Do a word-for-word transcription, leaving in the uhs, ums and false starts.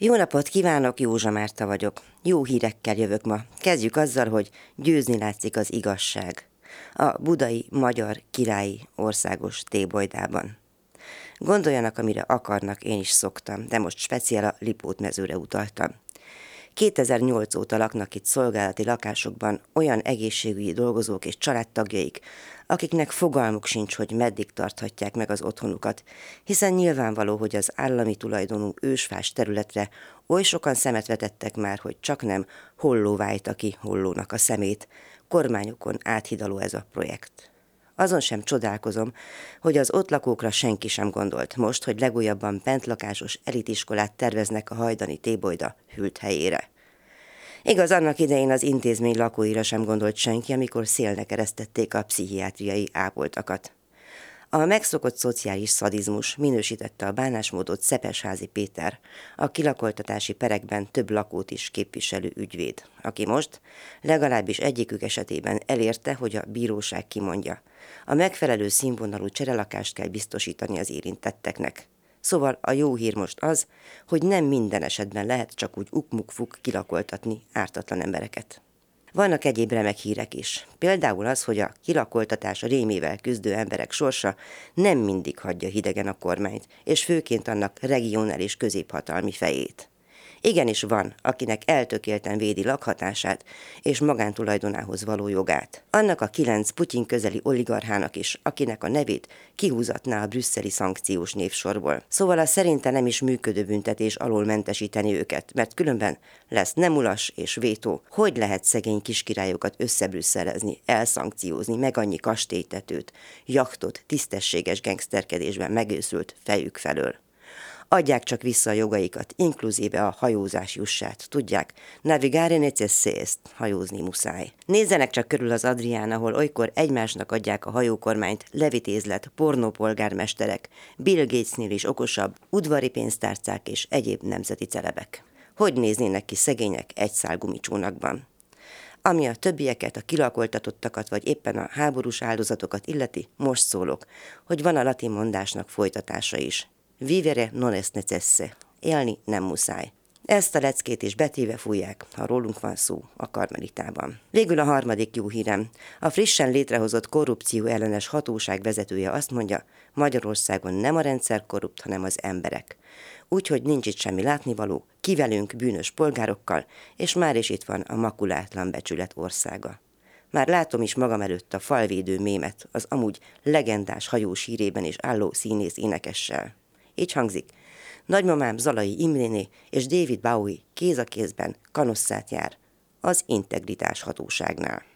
Jó napot kívánok, Józsa Márta vagyok. Jó hírekkel jövök ma. Kezdjük azzal, hogy győzni látszik az igazság. A budai Magyar Királyi Országos Tébolydában. Gondoljanak, amire akarnak, én is szoktam, de most speciál a Lipót mezőre utaltam. kétezer-nyolc óta laknak itt szolgálati lakásokban olyan egészségügyi dolgozók és családtagjaik, akiknek fogalmuk sincs, hogy meddig tarthatják meg az otthonukat, hiszen nyilvánvaló, hogy az állami tulajdonú ősfás területre oly sokan szemet vetettek már, hogy csak nem Holló vájta ki Hollónak a szemét. Kormányokon áthidaló ez a projekt. Azon sem csodálkozom, hogy az ott lakókra senki sem gondolt most, hogy legújabban bentlakásos elitiskolát terveznek a hajdani Tébolyda hűlt helyére. Igaz, annak idején az intézmény lakóira sem gondolt senki, amikor szélnek eresztették a pszichiátriai ápoltakat. A megszokott szociális szadizmus minősítette a bánásmódot Szepesházi Péter, a kilakoltatási perekben több lakót is képviselő ügyvéd, aki most legalábbis egyikük esetében elérte, hogy a bíróság kimondja. A megfelelő színvonalú cserelakást kell biztosítani az érintetteknek. Szóval a jó hír most az, hogy nem minden esetben lehet csak úgy ukmukfuk kilakoltatni ártatlan embereket. Vannak egyéb remek hírek is. Például az, hogy a kilakoltatás rémével küzdő emberek sorsa nem mindig hagyja hidegen a kormányt, és főként annak regionális középhatalmi fejét. Igenis van, akinek eltökélten védi lakhatását és magántulajdonához való jogát. Annak a kilenc Putyin közeli oligarchának is, akinek a nevét kihúzatná a brüsszeli szankciós névsorból. Szóval a szerinte nem is működő büntetés alól mentesíteni őket, mert különben lesz nemulas és vétó. Hogy lehet szegény kiskirályokat összebrüsszelezni, elszankciózni, meg annyi kastélytetőt, jachtot, tisztességes gengszterkedésben megőszült fejük felől? Adják csak vissza a jogaikat, inkluzíve a hajózás jussát. Tudják, navigare necessest, hajózni muszáj. Nézzenek csak körül az Adrián, ahol olykor egymásnak adják a hajókormányt levitézlet, pornópolgármesterek, Bill Gatesnél is okosabb, udvari pénztárcák és egyéb nemzeti celebek. Hogy néznének ki szegények egy szál gumicsónakban? Ami a többieket, a kilakoltatottakat vagy éppen a háborús áldozatokat illeti, most szólok, hogy van a latin mondásnak folytatása is. Vivere non est necesse. Élni nem muszáj. Ezt a leckét is betéve fújják, ha rólunk van szó a Karmelitában. Végül a harmadik jó hírem. A frissen létrehozott korrupció ellenes hatóság vezetője azt mondja, Magyarországon nem a rendszer korrupt, hanem az emberek. Úgyhogy nincs itt semmi látnivaló, kivelünk bűnös polgárokkal, és már is itt van a makulátlan becsület országa. Már látom is magam előtt a falvédő mémet, az amúgy legendás hajós hírében is álló színész énekessel. Így hangzik, nagymamám Zalai Imréné és David Bowie kéz a kézben kanosszát jár az integritás hatóságnál.